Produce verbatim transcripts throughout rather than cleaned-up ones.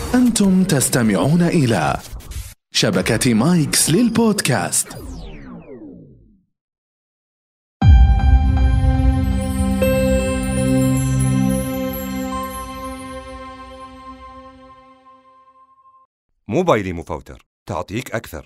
أنتم تستمعون إلى شبكة مايكس للبودكاست. موبايلي مفوتر، تعطيك أكثر.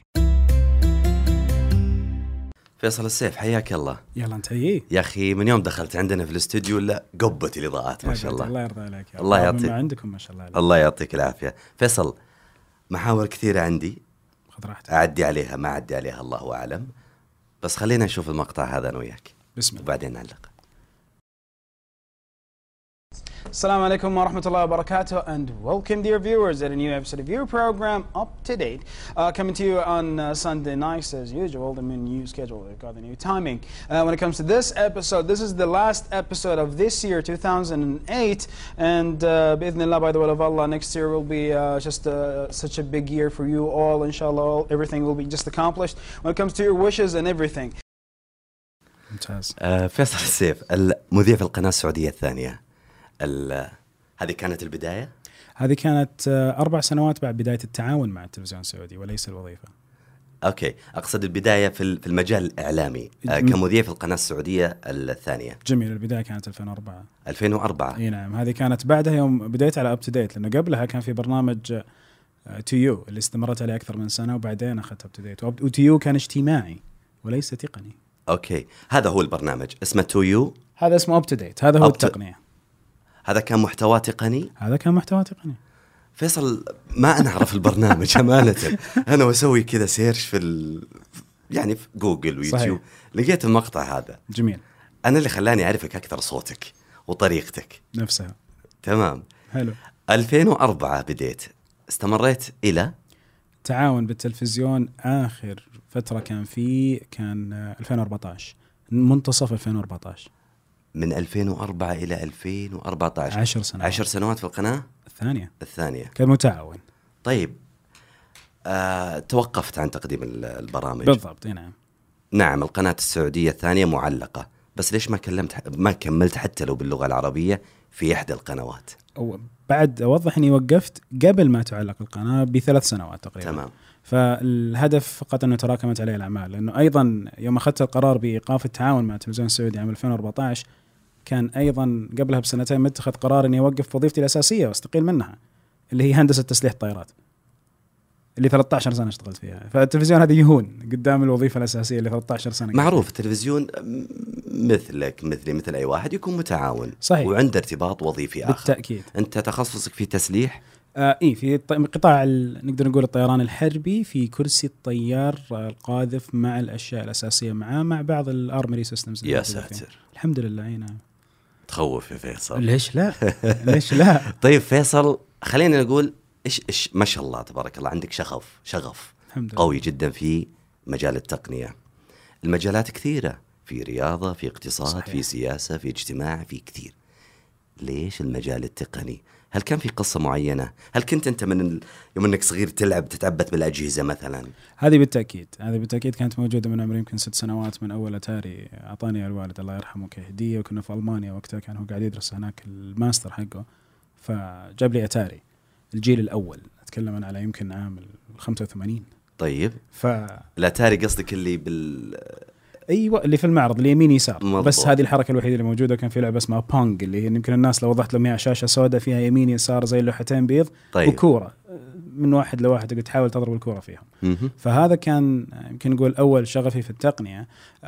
فيصل السيف، حياك الله. يلا انت ايه يا أخي من يوم دخلت عندنا في الاستوديو لا قبت الإضاءات ما شاء الله. الله يرضى عليك. الله يعطيك عندكم ما شاء الله عليك. الله يعطيك العافية. فيصل، محاور كثيرة عندي، خذ راحتك. أعدي عليها ما أعدي عليها الله أعلم، بس خلينا نشوف المقطع هذا أنا وياك بسم الله وبعدين نعلق. السلام عليكم ورحمة الله وبركاته, and welcome dear viewers at a new episode of your program Up to Date, uh, coming to you on uh, Sunday nights as usual. The new schedule, we've got the new timing. Uh, when it comes to this episode, this is the last episode of this year, two thousand eight, and uh, بإذن by the will of Allah, next year will be uh, just uh, such a big year for you all. Inshallah, all, everything will be just accomplished when it comes to your wishes and everything. ممتاز. uh, فيصل السيف, المذيع في القناة السعودية الثانية. هذه كانت البداية؟ هذه كانت أربع سنوات بعد بداية التعاون مع التلفزيون السعودي وليس الوظيفة. أوكي, أقصد البداية في في المجال الإعلامي كمذيع في القناة السعودية الثانية. جميل. البداية كانت ألفين وأربعة. ألفين وأربعة. إيه نعم, هذه كانت بعدها يوم بديت على أب تو ديت, لأنه قبلها كان في برنامج تو يو اللي استمرت عليه أكثر من سنة, وبعدين أخذت أب تو ديت. وتو يو كان اجتماعي وليس تقني. أوكي, هذا هو البرنامج اسمه تو يو. هذا اسمه أب تو ديت, هذا هو التقنية. هذا كان محتوى تقني. هذا كان محتوى تقني. فيصل, ما أنا أعرف البرنامج أمانة. أنا وأسوي كذا سيرش في ال... يعني في جوجل ويوتيوب, لقيت المقطع هذا. جميل. أنا اللي خلاني أعرفك أكثر صوتك وطريقتك نفسها. تمام. حلو. ألفين وأربعة بديت, استمريت إلى تعاون بالتلفزيون. آخر فترة كان فيه كان ألفين وأربعة عشر, منتصف ألفين وأربعة عشر. من ألفين وأربعة إلى ألفين وأربعة عشر. عشر سنوات. عشر سنوات في القناة الثانية. الثانية. كمتعاون. طيب, آه، توقفت عن تقديم البرامج. بالضبط. نعم. نعم, القناة السعودية الثانية معلقة, بس ليش ما كلمت ما كملت حتى لو باللغة العربية في إحدى القنوات؟ أو بعد أوضح إني وقفت قبل ما تعلق القناة بثلاث سنوات تقريبا. تمام. فالهدف فقط أنه تراكمت عليه الأعمال, لأنه أيضا يوم أخذت القرار بإيقاف التعاون مع التلفزيون السعودي عام ألفين وأربعة عشر, كان أيضا قبلها بسنتين متخذ قرار أني أوقف وظيفتي الأساسية واستقيل منها, اللي هي هندسة تسليح الطائرات, اللي ثلاثة عشر سنة اشتغلت فيها. فالتلفزيون هذا يهون قدام الوظيفة الأساسية اللي ثلاثة عشر سنة. معروف التلفزيون مثلك مثلي مثل أي واحد يكون متعاون. صحيح. وعنده ارتباط وظيفي آخر. بالتأكيد. أنت تخصصك في تسليح؟ آه إيه, في قطاع نقدر نقول الطيران الحربي, في كرسي الطيار القاذف مع الأشياء الأساسية معاه, مع بعض الأرمري سيستمز. يا ساتر. الحمد لله. نعم. تخوف يا فيصل. ليش لا؟ ليش لا؟ طيب فيصل, خلينا نقول إيش إيش ما شاء الله تبارك الله, عندك شغف شغف قوي جدا في مجال التقنية. المجالات كثيرة, في رياضة, في اقتصاد. صحيح. في سياسة, في اجتماع, في كثير. ليش المجال التقني؟ هل كان في قصة معينة؟ هل كنت أنت من ال... يوم أنك صغير تلعب تتعبت بالأجهزة مثلا؟ هذه بالتأكيد, هذه بالتأكيد كانت موجودة من عمري يمكن ست سنوات, من أول أتاري أعطاني الوالد الله يرحمه كهدية, وكنا في ألمانيا وقتها, كان هو قاعد يدرس هناك الماستر حقه, فجاب لي أتاري الجيل الأول, أتكلم أنا على يمكن عام خمسة وثمانين. طيب. ف الأتاري قصدك اللي بال ايوه, اللي في المعرض اللي يمين يسار. مضبوط. بس هذه الحركه الوحيده اللي موجوده. كان في لعبه اسمها بونج, اللي هي يمكن الناس لو وضحت لهم هي شاشه سوداء فيها يمين يسار زي لوحتين بيض. طيب. وكوره من واحد لواحد تقدر تحاول تضرب الكوره فيها. فهذا كان يمكن نقول اول شغفي في التقنيه,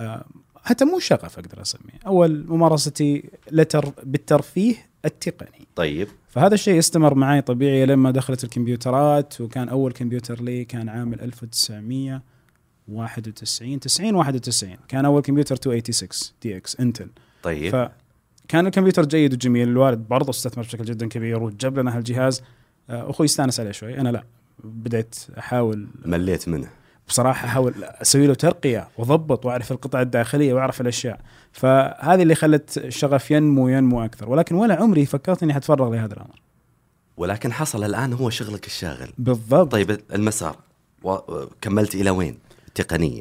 حتى مو شغف اقدر اسميه, اول ممارستي لتر بالترفيه التقني. طيب. فهذا الشيء استمر معي طبيعي لما دخلت الكمبيوترات, وكان اول كمبيوتر لي كان عام ألف وتسعمية واحد وتسعين تسعين واحد وتسعين, كان أول كمبيوتر مئتين وستة وثمانين دي إكس إنتل. طيب. فكان الكمبيوتر جيد وجميل, الوالد برضه استثمر بشكل جدا كبير وجاب لنا هالجهاز. أخوي استانس عليه شوي, أنا لا, بدأت أحاول, مليت منه بصراحة, أحاول أسوي له ترقية وضبط وأعرف القطع الداخلية وأعرف الأشياء. فهذه اللي خلت الشغف ينمو ينمو أكثر, ولكن ولا عمري فكرت إني حتفرغ لهذا الأمر. ولكن حصل الآن هو شغلك الشاغل. بالضبط. طيب المسار وكملت إلى وين تقنيا؟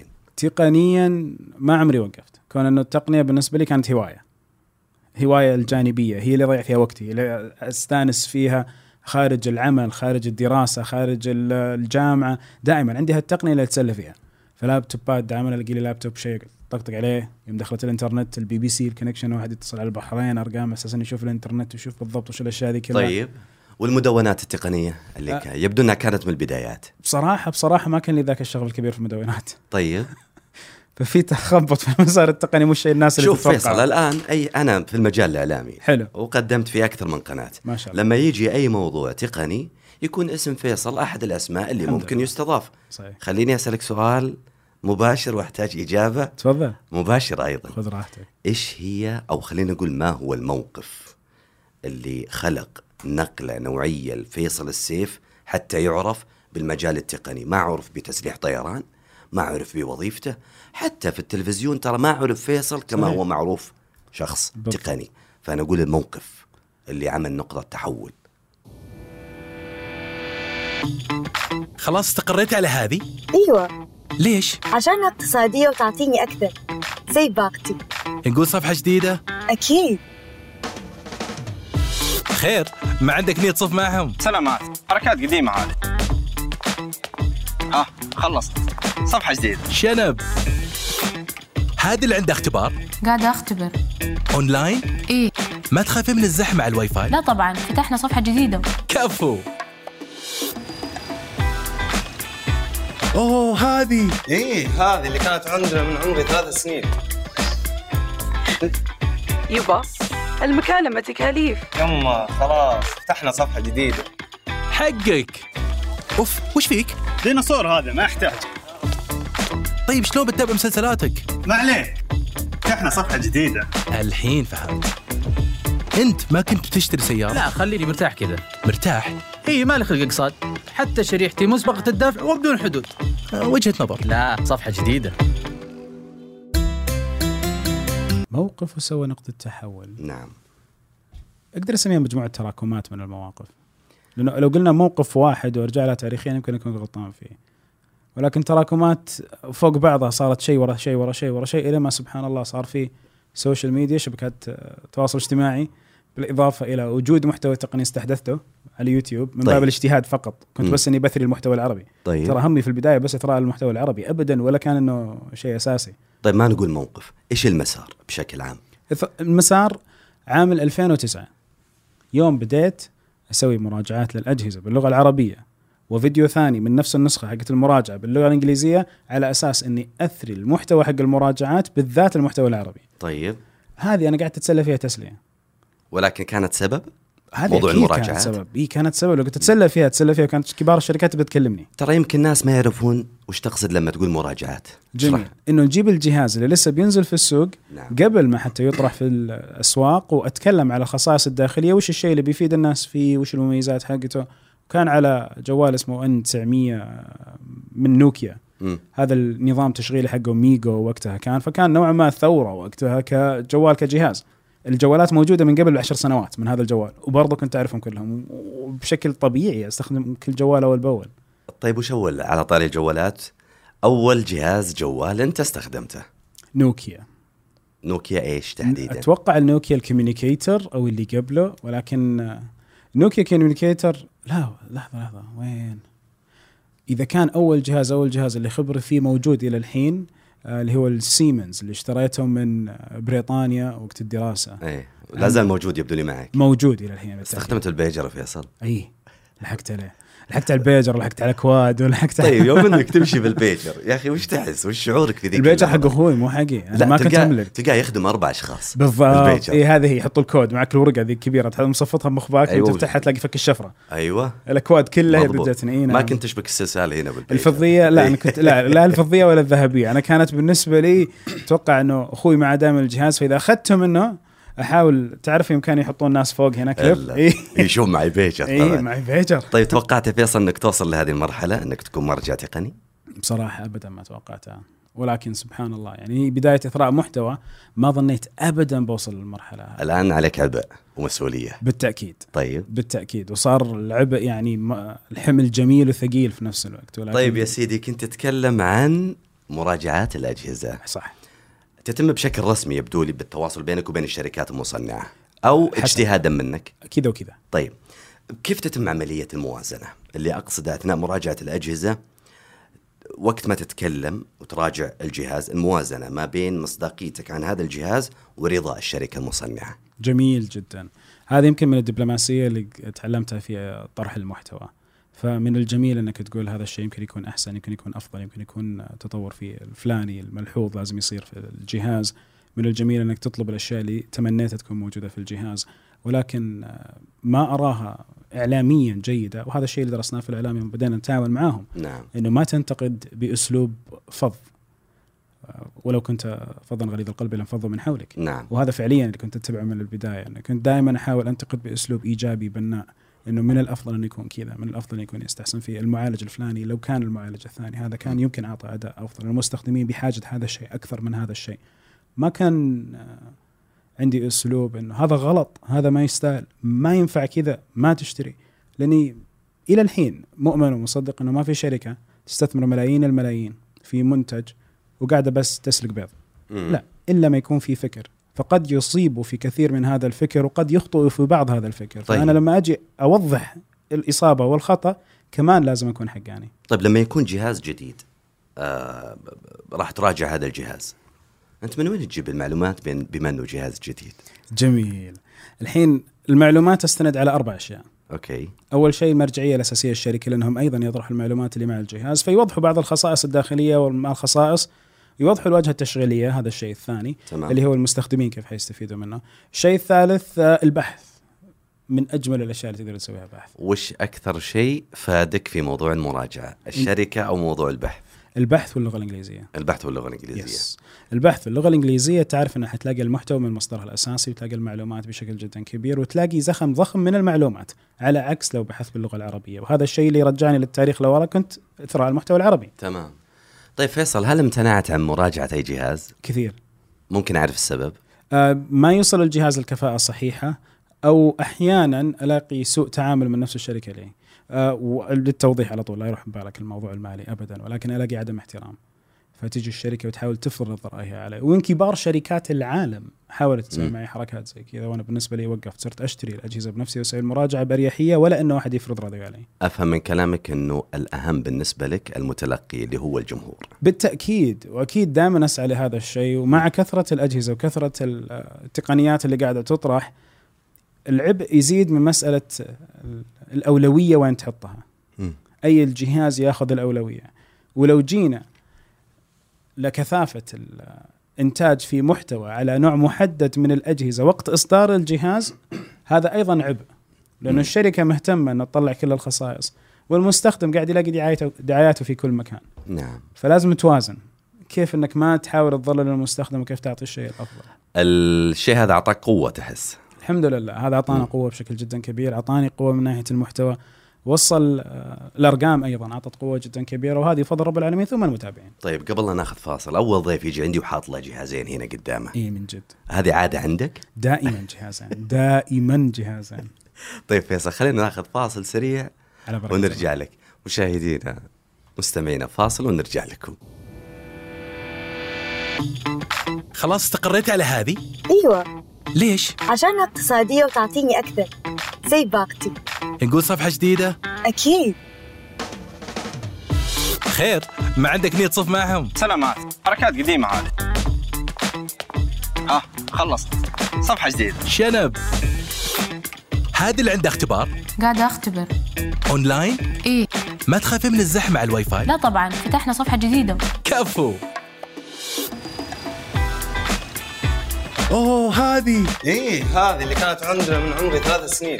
تقنيا ما عمري وقفت, كون أنه التقنية بالنسبة لي كانت هواية, هواية الجانبية, هي اللي ضيع فيها وقتي, اللي أستانس فيها خارج العمل، خارج الدراسة، خارج الجامعة، دائما عندي هالتقنية اللي أتسلى فيها. فلابتوبات دائما ألاقي لي لابتوب شيء طقطق عليه، يوم دخلت الإنترنت البي بي سي الكونكشن، واحد يتصل على البحرين أرقام أساسا يشوف الإنترنت ويشوف بالضبط وش الأشياء ذي كلها. طيب والمدونات التقنية اللي أه يبدو أنها كانت من البدايات. بصراحة بصراحة ما كان لي ذاك الشغل الكبير في المدونات. طيب ففي تخبط في المسار التقني مش شيء الناس اللي شوف فيصل الآن أي أنا في المجال الإعلامي حلو وقدمت في أكثر من قناة ما شاء الله. لما يجي أي موضوع تقني يكون اسم فيصل أحد الأسماء اللي ممكن يستضاف. صحيح. خليني أسألك سؤال مباشر واحتاج إجابة تفضل. مباشر أيضا. خذ راحتك. إيش هي أو خلينا نقول ما هو الموقف اللي خلق نقلة نوعية لفيصل السيف حتى يعرف بالمجال التقني؟ ما عرف بتسليح طيران، ما عرف بوظيفته، حتى في التلفزيون ترى ما عرف فيصل كما هو معروف شخص بالضبط. تقني. فأنا أقول الموقف اللي عمل نقطة تحول. خلاص استقريت على هذه؟ ايوه. ليش؟ عشانها اقتصادية وتعطيني أكثر زي باقتي. نقول صفحة جديدة؟ أكيد. خير، ما عندك نية تصف معهم؟ سلامات، حركات قديمة هذه. ها خلص صفحة جديدة. شنب. هذه اللي عندها اختبار؟ قاعدة أختبر. أونلاين؟ إيه. ما تخافين من الزحمة على الواي فاي؟ لا طبعا، فتحنا صفحة جديدة. كفو. أوه هذه. إيه هذه اللي كانت عندنا من عمري ثلاث سنين. يبا المكالمة تكاليف. يما خلاص فتحنا صفحة جديدة. حقك. أوف وش فيك؟ ديناصور هذا ما يحتاج. طيب شلون بتتابع مسلسلاتك؟ ما عليه، فتحنا صفحة جديدة. الحين فهمت. أنت ما كنت بتشتري سيارة؟ لا خليني مرتاح كذا. مرتاح؟ إيه ما لي خلق اقتصاد، حتى شريحتي مسبقة الدفع وبدون حدود. أه وجهة نظر. لا صفحة جديدة. موقف وسوى نقطة تحول. نعم. أقدر أسميها مجموعة تراكمات من المواقف، لأنه لو قلنا موقف واحد وارجع له تاريخيا يمكن أكون غلطان فيه، ولكن تراكمات فوق بعضها صارت شيء ورا شيء ورا شيء ورا شيء إلى ما سبحان الله صار في سوشيال ميديا، شبكات تواصل اجتماعي، بالإضافة إلى وجود محتوى تقني استحدثته على يوتيوب من طيب. باب الاجتهاد فقط. كنت م. بس إني بثري المحتوى العربي. طيب. ترى همي في البداية بس إثراء المحتوى العربي أبدا، ولا كان إنه شيء أساسي. طيب ما نقول موقف، إيش المسار بشكل عام؟ المسار عام ألفين وتسعة يوم بديت أسوي مراجعات للأجهزة باللغة العربية، وفيديو ثاني من نفس النسخة حقت المراجعة باللغة الإنجليزية، على أساس إني أثري المحتوى حق المراجعات بالذات المحتوى العربي. طيب هذه أنا قاعد أتسلى فيها تسلية. ولكن كانت سبب موضوع المراجعات؟ كانت سبب. إيه كانت سبب. لو كنت أتسلى فيها تسلى فيها كانت كبار الشركات بتكلمني. ترى يمكن الناس ما يعرفون وش تقصد لما تقول مراجعات. جميل. إنه نجيب الجهاز اللي لسه بينزل في السوق نعم. قبل ما حتى يطرح في الأسواق، وأتكلم على خصائص الداخلية، وش الشيء اللي بيفيد الناس فيه، وش المميزات حقته. كان على جوال اسمه إن تسعمية من نوكيا. م. هذا النظام تشغيلي حقه ميجو وقتها كان، فكان نوعا ما ثورة وقتها كجوال كجهاز. الجوالات موجودة من قبل بعشر سنوات من هذا الجوال، وبرضه كنت أعرفهم كلهم وبشكل طبيعي أستخدم كل جوال أول بأول. طيب وش أول على طاري الجوالات أول جهاز جوال أنت استخدمته؟ نوكيا. نوكيا إيش تحديدا؟ أتوقع النوكيا الكوميونيكيتر أو اللي قبله، ولكن نوكيا كوميونيكيتر لا لحظة لحظة وين؟ إذا كان أول جهاز أول جهاز اللي خبري فيه موجود إلى الحين اللي هو السيمنز اللي اشتريته من بريطانيا وقت الدراسة. ايه لا زال موجود يبدو لي معك. موجود إلى الحين. استخدمت البيجر فيصل؟ أي لحقت عليه، لحقت على البيجر، لحقت على كواد، ولحقت. طيب يوم انك تمشي بالبيجر يا اخي وش تحس وش شعورك في ذيك البيجر؟ حق اخوي مو حقي، انا ما كنت املك. تلقاه يخدم اربع اشخاص بالضبط. اي هذه هي، يحطوا الكود معك الورقه ذي الكبيره تحط مصفطها بمخباك. أيوة. وتفتحها تلاقي فك الشفره. ايوه الاكواد كلها بدتني. إيه ما كنت تشبك السلسال هنا بالبيجر الفضيه. لا انا كنت لا لا الفضيه ولا الذهبيه. انا كانت بالنسبه لي اتوقع انه اخوي مع دائما الجهاز، فاذا اخذته منه احاول تعرف يمكن يحطون الناس فوق هنا كيف. إيه يشوف معي بيجر. اي معي بيجر. طيب توقعت فيصل انك توصل لهذه المرحله انك تكون مرجع تقني؟ بصراحه ابدا ما توقعتها، ولكن سبحان الله يعني بدايه اثراء محتوى ما ظنيت ابدا بوصل للمرحله. الان عليك عبء ومسؤوليه. بالتاكيد. طيب بالتاكيد، وصار العبء يعني الحمل جميل وثقيل في نفس الوقت. طيب يا سيدي كنت تتكلم عن مراجعات الاجهزه. صح. تتم بشكل رسمي يبدو لي بالتواصل بينك وبين الشركات المصنعة أو اجتهادا منك؟ كذا وكذا. طيب كيف تتم عملية الموازنة؟ اللي أقصد أثناء مراجعة الأجهزة وقت ما تتكلم وتراجع الجهاز، الموازنة ما بين مصداقيتك عن هذا الجهاز ورضا الشركة المصنعة. جميل جدا. هذا يمكن من الدبلوماسية اللي تعلمتها في طرح المحتوى. فمن الجميل أنك تقول هذا الشيء يمكن يكون أحسن، يمكن يكون أفضل، يمكن يكون تطور في الفلاني الملحوظ لازم يصير في الجهاز. من الجميل أنك تطلب الأشياء اللي تمنيتها تكون موجودة في الجهاز، ولكن ما أراها إعلاميا جيدة. وهذا الشيء اللي درسناه في الإعلام يوم بدأنا نتعاون معاهم. نعم. إنه ما تنتقد بأسلوب فظ، ولو كنت فظا غليظ القلب لانفضوا من حولك. نعم. وهذا فعليا اللي كنت أتبعه من البداية. أنا كنت دائما أحاول أنتقد بأسلوب إيجابي بناء، إنه من الأفضل أن يكون كذا، من الأفضل أن يكون يستحسن في المعالج الفلاني. لو كان المعالج الثاني هذا كان يمكن أعطى أداء أفضل، المستخدمين بحاجة هذا الشيء أكثر من هذا الشيء. ما كان عندي أسلوب إنه هذا غلط، هذا ما يستاهل، ما ينفع كذا، ما تشتري. لأني إلى الحين مؤمن ومصدق إنه ما في شركة تستثمر ملايين الملايين في منتج وقاعدة بس تسلق بيض. لا، إلا ما يكون في فكر. فقد يصيبوا في كثير من هذا الفكر وقد يخطئوا في بعض هذا الفكر. طيب. فأنا لما أجي أوضح الإصابة والخطأ كمان لازم أكون حقاني. طيب لما يكون جهاز جديد آه راح تراجع هذا الجهاز، أنت من وين تجيب المعلومات بين بما أنه جهاز جديد؟ جميل. الحين المعلومات تستند على أربع أشياء. أوكي. أول شيء المرجعية الأساسية الشركة، لأنهم أيضا يطرحوا المعلومات اللي مع الجهاز فيوضحوا بعض الخصائص الداخلية ومع الخصائص يوضحوا الواجهة التشغيلية. هذا الشيء الثاني. تمام. اللي هو المستخدمين كيف حيستفيدوا منه. الشيء الثالث البحث، من أجمل الأشياء اللي تقدر تسويها بحث. وش أكثر شيء فادك في موضوع المراجعة، الشركة أو موضوع البحث؟ البحث واللغة الإنجليزية. البحث واللغة الإنجليزية. يس. البحث واللغة الإنجليزية تعرف أنها حتلاقي المحتوى من مصدرها الأساسي، وتلاقي المعلومات بشكل جدا كبير، وتلاقي زخم ضخم من المعلومات، على عكس لو بحث باللغة العربية. وهذا الشيء اللي رجعني للتاريخ لورا، كنت أثر المحتوى العربي. تمام. طيب فيصل، هل امتنعت عن مراجعة أي جهاز؟ كثير. ممكن أعرف السبب؟ آه ما يوصل الجهاز الكفاءة الصحيحة، أو أحيانا ألاقي سوء تعامل من نفس الشركة لي. آه وللتوضيح على طول، لا يروح ببالك الموضوع المالي أبدا، ولكن ألاقي عدم احترام. فتيجي الشركة وتحاول تفرض رأيها علي. وين كبار شركات العالم حاولت تسوي معي حركات زي كذا، وأنا بالنسبة لي وقفت، صرت أشتري الأجهزة بنفسي وأسوي المراجعة بأريحية، ولا إنه واحد يفرض رأيه علي. أفهم من كلامك إنه الأهم بالنسبة لك المتلقي اللي هو الجمهور. بالتأكيد، وأكيد دائما أسعى لهذا الشيء. ومع كثرة الأجهزة وكثرة التقنيات اللي قاعدة تطرح، العبء يزيد من مسألة الأولوية وين تحطها. م. أي الجهاز يأخذ الأولوية. ولو جينا لكثافة الإنتاج في محتوى على نوع محدد من الأجهزة وقت إصدار الجهاز، هذا أيضا عبء، لأن الشركة مهتمة أن تطلع كل الخصائص، والمستخدم قاعد يلاقي دعايته, دعاياته في كل مكان. نعم. فلازم توازن كيف أنك ما تحاول تضلل المستخدم وكيف تعطي الشيء الأفضل. الشيء هذا أعطاك قوة تحس؟ الحمد لله، هذا أعطانا قوة بشكل جدا كبير. أعطاني قوة من ناحية المحتوى، وصل الأرقام أيضا أعطت قوة جدا كبيرة، وهذه فضل رب العالمين ثم المتابعين. طيب قبل لا ناخذ فاصل، أول ضيف يجي عندي وحاط له جهازين هنا قدامه. إيه من جد. هذه عادة عندك؟ دائما جهازين. دائما جهازين. طيب فيصل، خلينا ناخذ فاصل سريع ونرجع لك. مشاهدينا مستمعينا، فاصل ونرجع لكم. خلاص استقريت على هذه؟ ايوه. ليش؟ عشانها اقتصادية وتعطيني أكثر، زي باقتي. نقول صفحة جديدة؟ أكيد. خير، ما عندك نية تصف معهم؟ سلامات، حركات قديمة هذه. ها خلص، صفحة جديدة. شنب. هذه اللي عندها اختبار؟ قاعدة أختبر. أونلاين؟ إيه. ما تخافي من الزحمة على الواي فاي؟ لا طبعا، فتحنا صفحة جديدة. كفو. أوه هذه. إيه هذه اللي كانت عندنا من عمري ثلاث سنين.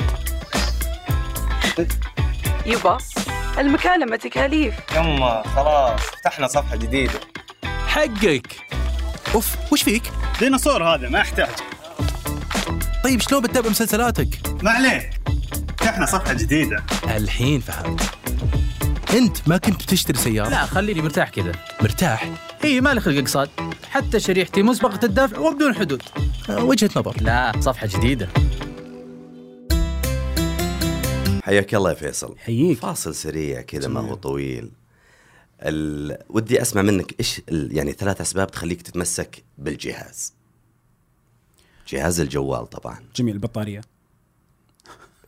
يبا المكالمة تكاليف. يما خلاص فتحنا صفحة جديدة. حقك. أوف وش فيك؟ ديناصور هذا ما يحتاج. طيب شلون بتتابع مسلسلاتك؟ ما عليه، فتحنا صفحة جديدة. الحين فهمت. أنت ما كنت بتشتري سيارة؟ لا خليني مرتاح كذا. مرتاح؟ إيه ما لي خلق اقساط، حتى شريحتي مسبقة الدفع وبدون حدود. أه وجهة نظر. لا صفحة جديدة. حياك الله يا فيصل. حييك. فاصل سريع كذا ما هو طويل. ال... ودي أسمع منك إيش ال... يعني ثلاث أسباب تخليك تتمسك بالجهاز. جهاز الجوال طبعا. جميل. البطارية.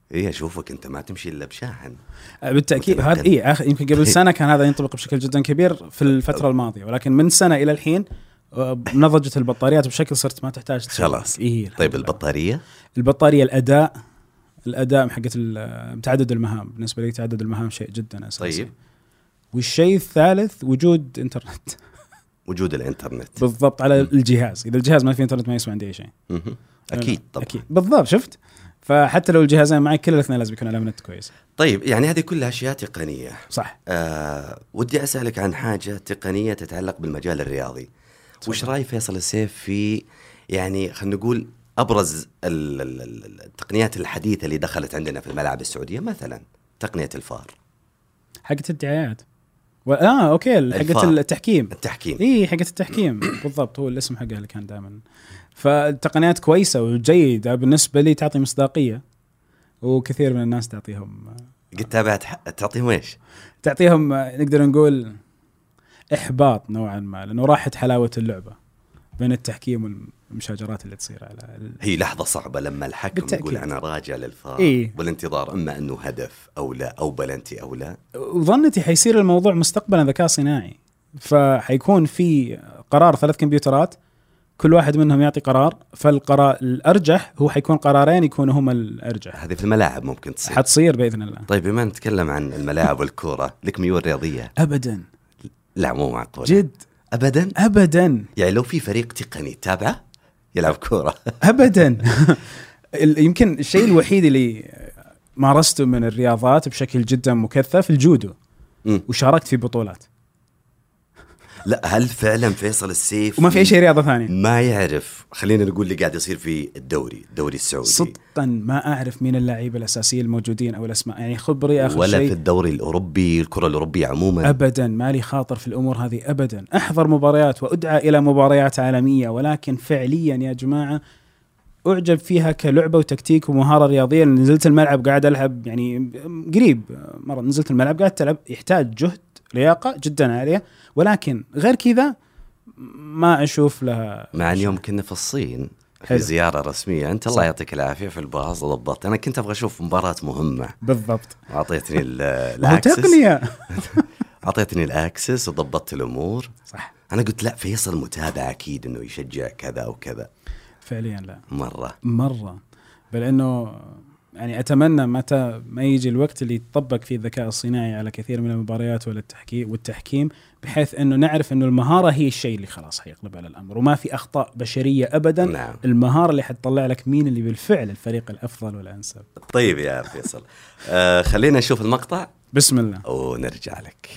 إيه أشوفك أنت ما تمشي إلا بشاحن. بالتأكيد هذا إيه آخر يمكن قبل سنة كان هذا ينطبق بشكل جدا كبير في الفترة الماضية، ولكن من سنة إلى الحين نضجت البطاريات بشكل صرت ما تحتاج خلاص. إيه طيب البطارية؟ البطارية الأداء الأداء حقت تعدد المهام بالنسبة لي تعدد المهام شيء جدا أساسي. طيب. والشيء الثالث وجود إنترنت. وجود الإنترنت بالضبط على م. الجهاز. إذا الجهاز ما فيه إنترنت ما يسوى عندي أي شيء. أكيد طبعا. أكيد بالضبط. شفت؟ فحتى لو الجهازين معي كل الاثنين لازم يكون عليهم نت كويس. طيب يعني هذه كلها أشياء تقنية. صح. آه ودي أسألك عن حاجة تقنية تتعلق بالمجال الرياضي. صح. وش رأي فيصل السيف في يعني خلينا نقول أبرز التقنيات الحديثة اللي دخلت عندنا في الملاعب السعودية، مثلا تقنية الفار حقة الدعايات و... آه أوكي حقة التحكيم التحكيم إيه حقة التحكيم بالضبط هو الاسم حقها اللي كان دائما. فالتقنيات كويسة وجيدة بالنسبة لي تعطي مصداقية، وكثير من الناس تعطيهم قد تابعت تعطيهم إيش؟ تعطيهم نقدر نقول إحباط نوعا ما، لأنه راحت حلاوة اللعبة بين التحكيم والمشاجرات اللي تصير على ال... هي لحظة صعبة لما الحكم بالتأكيد. يقول أنا راجع للفار إيه؟ والانتظار إما أنه هدف أو لا أو بلنتي أو لا. وظنتي حيصير الموضوع مستقبلا ذكاء صناعي، فحيكون في قرار ثلاث كمبيوترات كل واحد منهم يعطي قرار، فالقرار الأرجح هو حيكون قرارين يكونوا هم الأرجح. هذه في الملاعب ممكن تصير حتصير بإذن الله. طيب بما نتكلم عن الملاعب والكورة لك ميول رياضية؟ أبدا. لا مو معقول جد أبدا أبدا. يعني لو في فريق تقني تابعه يلعب كورة أبدا. يمكن الشيء الوحيد اللي مارسته من الرياضات بشكل جدا مكثف الجودو م. وشاركت في بطولات. لا هل فعلا فيصل السيف وما في أي شيء رياضة ثانية ما يعرف خلينا نقول اللي قاعد يصير في الدوري الدوري السعودي؟ صدقا ما أعرف مين اللاعبين الأساسيين الموجودين أو الأسماء، يعني خبري آخر ولا شيء في الدوري الأوروبي الكرة الأوروبية عموما أبدا. ما لي خاطر في الأمور هذه أبدا. أحضر مباريات وأدعى إلى مباريات عالمية، ولكن فعليا يا جماعة أعجب فيها كلعبة وتكتيك ومهارة رياضية. نزلت الملعب قاعد ألعب يعني قريب مرة نزلت الملعب قاعد تلعب، يحتاج جهد لياقة جدا عالية، ولكن غير كذا ما أشوف لها. مع أن يوم كنا في الصين في حلو. زيارة رسمية أنت الله يعطيك العافية في الباص ضبطت. أنا كنت أبغى أشوف مباراة مهمة بالضبط، أعطيتني الأكسس تقنية أعطيتني الأكسس وضبطت الأمور. صح. أنا قلت لا فيصل متابع أكيد إنه يشجع كذا أو كذا. فعليا لا مرة مرة بل إنه يعني أتمنى متى ما يجي الوقت اللي يطبق فيه الذكاء الصناعي على كثير من المباريات والتحكيم والتحكيم، بحيث إنه نعرف إنه المهارة هي الشيء اللي خلاص حيقلب على الأمر، وما في أخطاء بشرية أبدا. نعم. المهارة اللي حتطلع لك مين اللي بالفعل الفريق الأفضل والأنسب. طيب يا فيصل آه خلينا نشوف المقطع بسم الله ونرجع لك.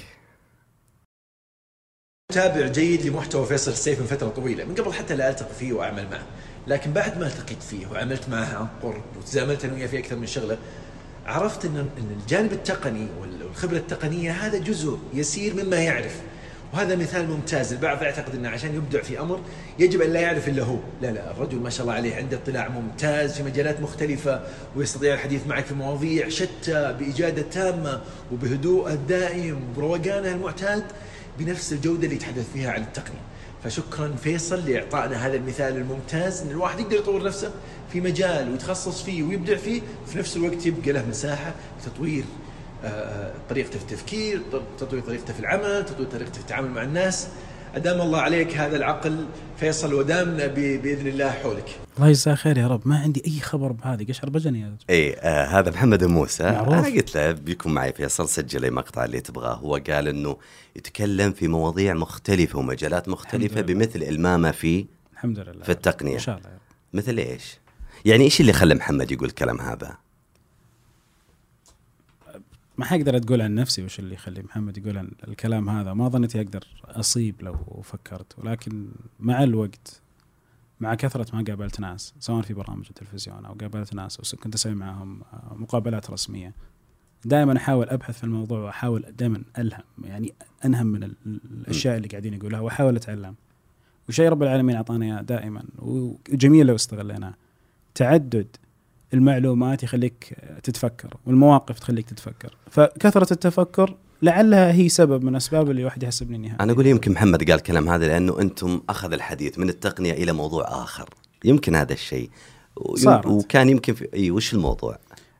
متابع جيد لمحتوى فيصل السيف من فترة طويلة، من قبل حتى لا ألتقي فيه وأعمل معه، لكن بعد ما التقيت فيه وعملت معه عن قرب وتزاملت أنا وياه في أكثر من شغلة، عرفت أن الجانب التقني والخبرة التقنية هذا جزء يسير مما يعرف، وهذا مثال ممتاز. البعض يعتقد أنه عشان يبدع في أمر يجب أن لا يعرف إلا هو. لا لا، الرجل ما شاء الله عليه عنده اطلاع ممتاز في مجالات مختلفة، ويستطيع الحديث معك في مواضيع شتى بإجادة تامة وبهدوء الدائم وبروقانه المعتاد بنفس الجودة اللي يتحدث فيها عن التقنية. فشكرا فيصل لإعطائنا هذا المثال الممتاز، أن الواحد يقدر يطور نفسه في مجال ويتخصص فيه ويبدع فيه، في نفس الوقت يبقى له مساحة لتطوير طريقته في التفكير، تطوير طريقته في العمل، تطوير طريقته في التعامل مع الناس. أدام الله عليك هذا العقل فيصل، ودامنا بإذن الله حولك. الله يجزاه خير يا رب. ما عندي أي خبر بهذه، قشعر بجني يا رجل. إيه آه هذا محمد موسى. أنا قلت له بيكون معي فيصل، سجل لي مقطع اللي تبغاه. هو قال إنه يتكلم في مواضيع مختلفة ومجالات مختلفة بمثل إلمامه في الحمد لله في التقنية إن شاء الله. مثل إيش؟ يعني إيش اللي خلى محمد يقول الكلام هذا؟ ما حقدر تقول عن نفسي وش اللي يخلي محمد يقول عن الكلام هذا. ما ظنيتي أقدر أصيب لو فكرت، ولكن مع الوقت مع كثرة ما قابلت ناس سواء في برامج التلفزيون أو قابلت ناس وكنت أسوي معهم مقابلات رسمية، دائما أحاول أبحث في الموضوع وأحاول دائما ألهم، يعني أنهم من الأشياء اللي قاعدين يقولها وأحاول أتعلم. وشيء رب العالمين أعطاني دائما وجميل لو استغليناه، تعدد المعلومات يخليك تتفكر والمواقف تخليك تتفكر، فكثرة التفكر لعلها هي سبب من أسباب اللي واحد يحسبني النهاية. أنا أقول يمكن محمد قال كلام هذا لأنه أنتم أخذ الحديث من التقنية إلى موضوع آخر، يمكن هذا الشيء صارت. وكان يمكن في أي وش الموضوع؟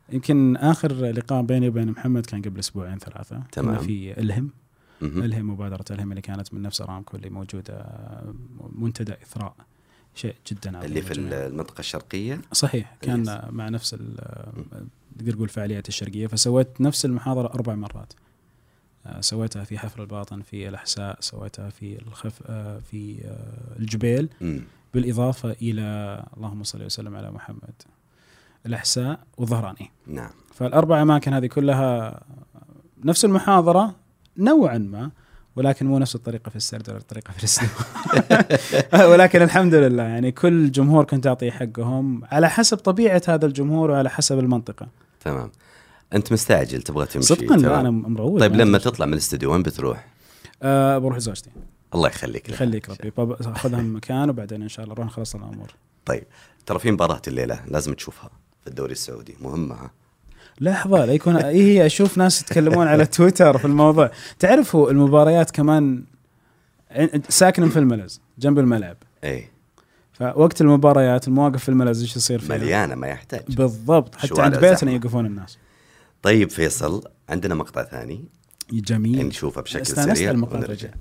يمكن آخر لقاء بيني وبين محمد كان قبل أسبوعين ثلاثة. تمام. في الهم. مهم. الهم مبادرة الهم اللي كانت من نفس أرامكو اللي موجودة منتدى إثراء، شيء جدا عظيم اللي في المنطقة الشرقية. صحيح، كان يس. مع نفس تقدر تقول فعاليات الشرقية، فسويت نفس المحاضرة أربع مرات. سويتها في حفر الباطن، في الأحساء، سويتها في الخف في الجبيل، م. بالإضافة إلى اللهم صل وسلم على محمد الأحساء والظهراني. نعم. فالأربع أماكن هذه كلها نفس المحاضرة نوعا ما، ولكن مو نفس الطريقة في السرد ولا الطريقة في الاستماع. ولكن الحمد لله يعني كل جمهور كنت أعطيه حقهم على حسب طبيعة هذا الجمهور وعلى حسب المنطقة. تمام. أنت مستعجل تبغى تمشي؟ صدقا لا أنا مروض. طيب لما تطلع من الاستوديو وين بتروح؟ أه بروح لزوجتي. الله يخليك. يخليك ربي. أخذها من مكان وبعدين إن شاء الله نروح نخلص الأمور. طيب ترى في مباراة الليلة لازم تشوفها في الدوري السعودي، مهمة. لحظة لا يكون إيه أشوف ناس يتكلمون على تويتر في الموضوع. تعرفوا المباريات كمان ساكن في الملز جنب الملعب. إيه. فوقت المباريات المواقف في الملز إيش يصير فيها؟ مليانة ما يحتاج. بالضبط، حتى عند بيتنا يقفون الناس. طيب فيصل عندنا مقطع ثاني جميل نشوفه بشكل سريع ونرجع.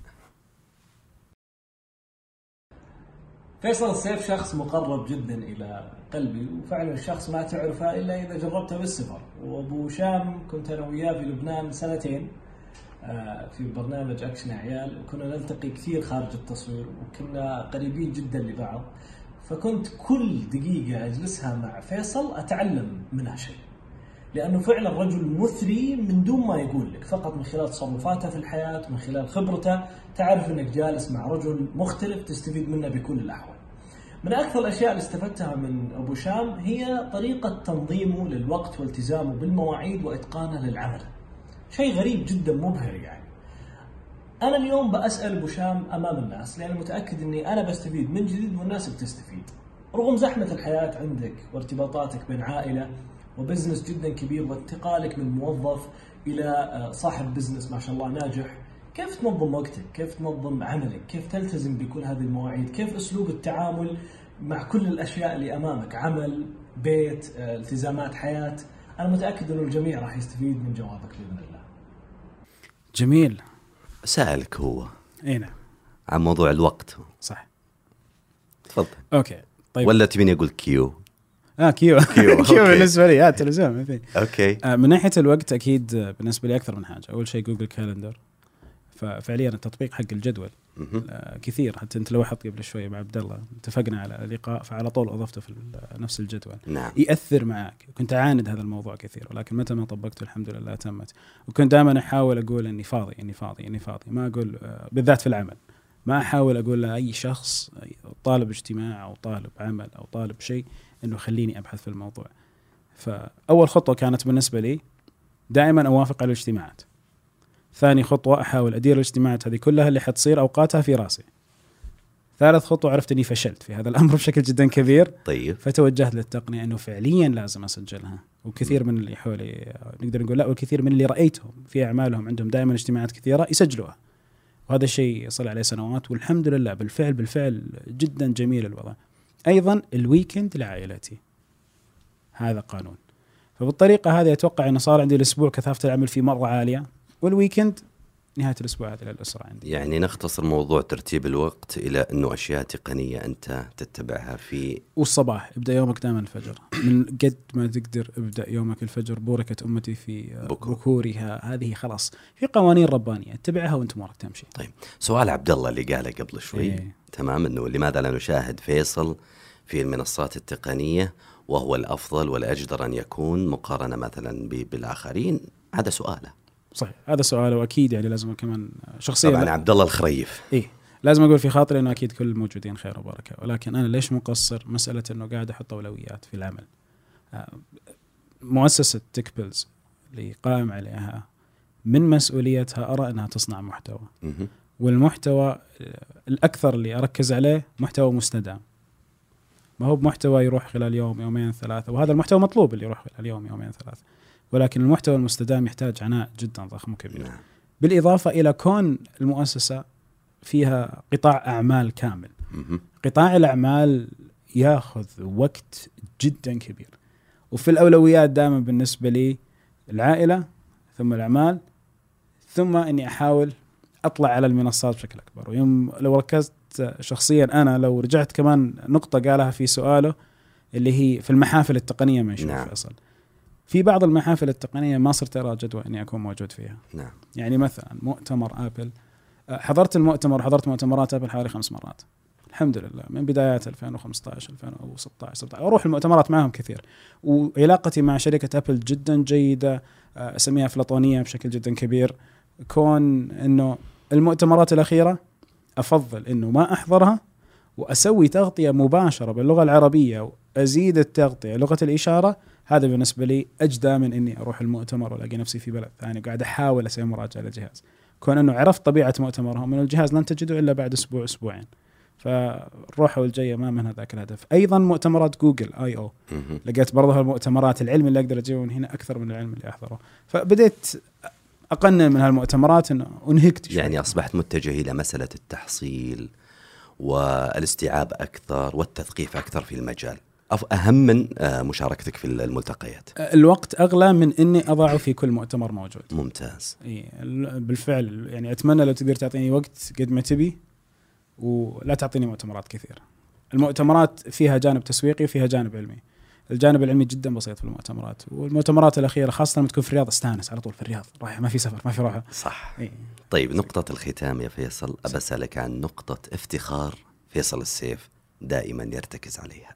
فيصل السيف شخص مقرب جدا إلى قلبي، وفعلا الشخص ما تعرفه إلا إذا جربته بالسفر. وأبو شام كنت أنا وياه في لبنان سنتين في برنامج أكشن عيال، وكنا نلتقي كثير خارج التصوير، وكنا قريبين جدا لبعض. فكنت كل دقيقة أجلسها مع فيصل أتعلم منها شيء، لأنه فعلا رجل مثري من دون ما يقول لك، فقط من خلال تصرفاته في الحياة، من خلال خبرته تعرف أنك جالس مع رجل مختلف تستفيد منه بكل الأحوال. من أكثر الأشياء اللي استفدتها من أبو شام هي طريقة تنظيمه للوقت والتزامه بالمواعيد وإتقانه للعمل. شيء غريب جدا مبهر يعني. أنا اليوم بأسأل أبو شام أمام الناس لأن متأكد أني أنا بستفيد من جديد والناس بتستفيد. رغم زحمة الحياة عندك وارتباطاتك بين عائلة وبزنس جدا كبير وانتقالك من موظف إلى صاحب بزنس ما شاء الله ناجح، كيف تنظم وقتك؟ كيف تنظم عملك؟ كيف تلتزم بكل هذه المواعيد؟ كيف أسلوب التعامل مع كل الأشياء اللي أمامك؟ عمل، بيت، التزامات حياة. أنا متأكد أنه الجميع راح يستفيد من جوابك بإذن الله. جميل. سألك هو إيه نعم عن موضوع الوقت. صح. تفضل. أوكي طيب. ولا تبيني أقول كيو؟ آه كيو كيو, كيو بالنسبة لي آه تلفزيون ما في. أوكي. آه من ناحية الوقت أكيد بالنسبة لي أكثر من حاجة. أول شيء جوجل كالندر، ففعليا التطبيق حق الجدول آه كثير. حتى أنت لو لاحظت قبل شوي مع عبد الله اتفقنا على لقاء فعلى طول أضفته في نفس الجدول. نعم. يأثر معك. كنت أعاند هذا الموضوع كثير، ولكن متى ما طبقته الحمد لله تمت. وكنت دائما أحاول أقول إني فاضي إني فاضي إني فاضي ما أقول آه بالذات في العمل. ما أحاول أقول لأي شخص طالب اجتماع أو طالب عمل أو طالب شيء إنه خليني أبحث في الموضوع. فأول خطوة كانت بالنسبة لي دائما أوافق على الاجتماعات. ثاني خطوة أحاول أدير الاجتماعات هذه كلها اللي حتصير أوقاتها في راسي. ثالث خطوة عرفت أني فشلت في هذا الأمر بشكل جدا كبير. طيب. فتوجهت للتقنية أنه فعليا لازم أسجلها. وكثير من اللي حولي نقدر نقول لا، والكثير من اللي رأيتهم في أعمالهم عندهم دائما اجتماعات كثيرة يسجلوها. وهذا الشيء يصل عليه سنوات والحمد لله بالفعل بالفعل جدا جميل الوضع. أيضا الويكند لعائلتي هذا قانون. فبالطريقة هذه أتوقع أنه صار عندي الأسبوع كثافة العمل فيه مرة عالية، والويكند نهاية الأسبوع هذه للأسرة عندي. يعني نختصر موضوع ترتيب الوقت إلى أنه أشياء تقنية أنت تتبعها في. والصباح ابدأ يومك دائما الفجر من قد ما تقدر ابدأ يومك الفجر. بوركت أمتي في بكور. بكورها. هذه خلاص في قوانين ربانية اتبعها وانت امورك تمشي. طيب سؤال عبد الله اللي قاله قبل شوي. إيه. تمام، أنه لماذا لا نشاهد فيصل في المنصات التقنية وهو الأفضل والأجدر أن يكون مقارنة مثلا بالآخرين؟ هذا سؤاله. صحيح هذا سؤال، وأكيد يعني لازم كمان شخصيا طبعا عبد الله الخريف. إيه لازم أقول في خاطري إنه أكيد كل الموجودين خير وبركة، ولكن أنا ليش مقصر مسألة إنه قاعد أحط أولويات في العمل. مؤسسة تكبلز اللي قائم عليها من مسؤوليتها أرى أنها تصنع محتوى، والمحتوى الأكثر اللي أركز عليه محتوى مستدام. ما هو بمحتوى يروح خلال يوم يومين ثلاثة، وهذا المحتوى مطلوب اللي يروح خلال يوم يومين ثلاثة، ولكن المحتوى المستدام يحتاج عناء جدا ضخم وكبير. نعم. بالإضافة إلى كون المؤسسة فيها قطاع أعمال كامل. مم. قطاع الأعمال يأخذ وقت جدا كبير، وفي الأولويات دائما بالنسبة لي العائلة ثم الأعمال ثم إني أحاول أطلع على المنصات بشكل أكبر. ويوم لو ركزت شخصيا أنا لو رجعت كمان نقطة قالها في سؤاله اللي هي في المحافل التقنية ما يشوف نعم. فيصل في بعض المحافل التقنية ما صرت أرى جدوى إني أكون موجود فيها. نعم. يعني مثلا مؤتمر آبل، حضرت المؤتمر حضرت مؤتمرات آبل حوالي خمس مرات الحمد لله من بدايات ألفين وخمسة عشر ألفين وستة عشر سبعة عشر أروح المؤتمرات معهم كثير، وعلاقتي مع شركة آبل جدا جيدة أسميها أفلاطونية بشكل جدا كبير. كون إنه المؤتمرات الأخيرة أفضل إنه ما أحضرها وأسوي تغطية مباشرة باللغة العربية وأزيد التغطية لغة الإشارة، هذا بالنسبة لي أجدى من إني أروح المؤتمر ولاقي نفسي في بلد ثاني وقاعد أحاول أسوي مراجعة للجهاز. كون أنه عرفت طبيعة مؤتمرهم من الجهاز لن تجده إلا بعد أسبوع أسبوعين، فالروحة والجاية ما من هذاك الهدف. أيضا مؤتمرات جوجل آي أو لقيت برضه المؤتمرات العلم اللي أقدر أجيبه من هنا أكثر من العلم اللي أحضره، فبديت أقنن من هالمؤتمرات إنه أنهكت شوي. يعني أصبحت متجه إلى مسألة التحصيل والاستيعاب أكثر والتثقيف أكثر في المجال، أهم من مشاركتك في الملتقيات. الوقت أغلى من إني أضعه في كل مؤتمر موجود. ممتاز. إيه بالفعل، يعني أتمنى لو تقدر تعطيني وقت قد ما تبي ولا تعطيني مؤتمرات كثير. المؤتمرات فيها جانب تسويقي وفيها جانب علمي. الجانب العلمي جدا بسيط في المؤتمرات، والمؤتمرات الأخيرة خاصة لما تكون في الرياض استانس على طول في الرياض، رايح ما في سفر ما في راحة. صح. إيه. طيب نقطة الختام يا فيصل، أبسألك عن نقطة افتخار فيصل السيف دائما يرتكز عليها.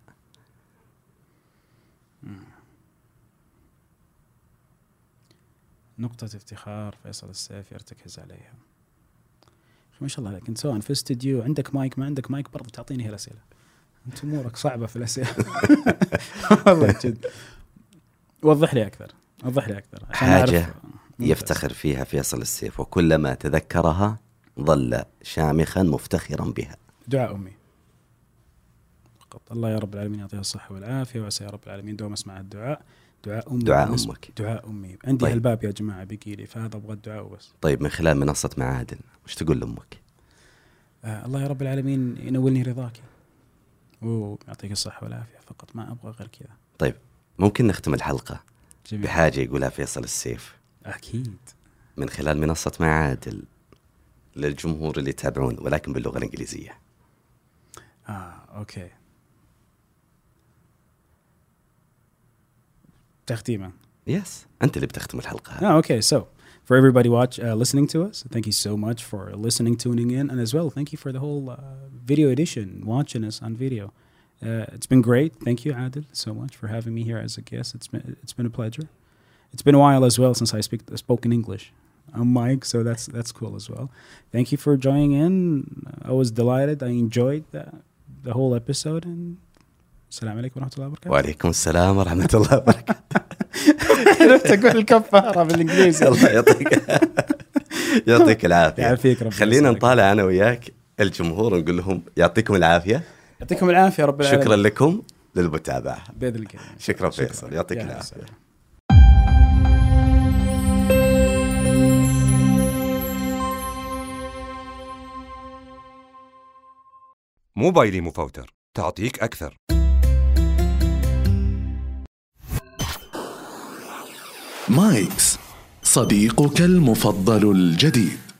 نقطة افتخار فيصل السيف يرتكز عليها، ما شاء الله كنت سواء في استوديو عندك مايك ما عندك مايك برضه تعطيني هالأسئلة. أنت أمورك صعبة في الأسئلة. والله جد. وضح لي أكثر وضح لي أكثر. حاجة يفتخر فيها فيصل السيف وكلما تذكرها ظل شامخا مفتخرا بها. دعاء أمي فقط. الله يا رب العالمين يعطيها الصحة والعافية، وعسى يا رب العالمين دوم أسمع الدعاء. دعاء أمي. دعاء أمك. دعاء أمي عندي. طيب. هالباب يا جماعة بقي لي، فهذا أبغى الدعاء وبس. طيب من خلال منصة معادن وش تقول لأمك؟ آه الله يا رب العالمين ينولني رضاك ويعطيك الصحة والعافية، فقط ما أبغى غير كذا. طيب ممكن نختم الحلقة جميل. بحاجة يقولها فيصل السيف أكيد من خلال منصة معادن للجمهور اللي يتابعون ولكن باللغة الإنجليزية. آه أوكي. تختيمة. Yes أنت اللي بتختم الحلقة. Ah, okay, so for everybody watch uh, listening to us, thank you so much for listening, tuning in, and as well thank you for the whole uh, video edition, watching us on video. Uh, it's been great. Thank you, Adil, so much for having me here as a guest. It's been it's been a pleasure. It's been a while as well since I speak spoke in English on mic, so that's that's cool as well. Thank you for joining in. I was delighted. I enjoyed the the whole episode, and السلام عليكم ورحمة الله وبركاته. وعليكم السلام ورحمة الله وبركاته. عرفت أقول الكفارة بالإنجليزي. الله يعطيك يعطيك العافية. يعافيك رب. خلينا نطالع أنا وياك الجمهور ونقول لهم يعطيكم العافية. يعطيكم العافية رب العالمين. شكرا لكم للمتابعة. بإذن الله. شكرا فيصل يعطيك العافية. موبايلي مفوتر تعطيك أكثر. مايكس صديقك المفضل الجديد.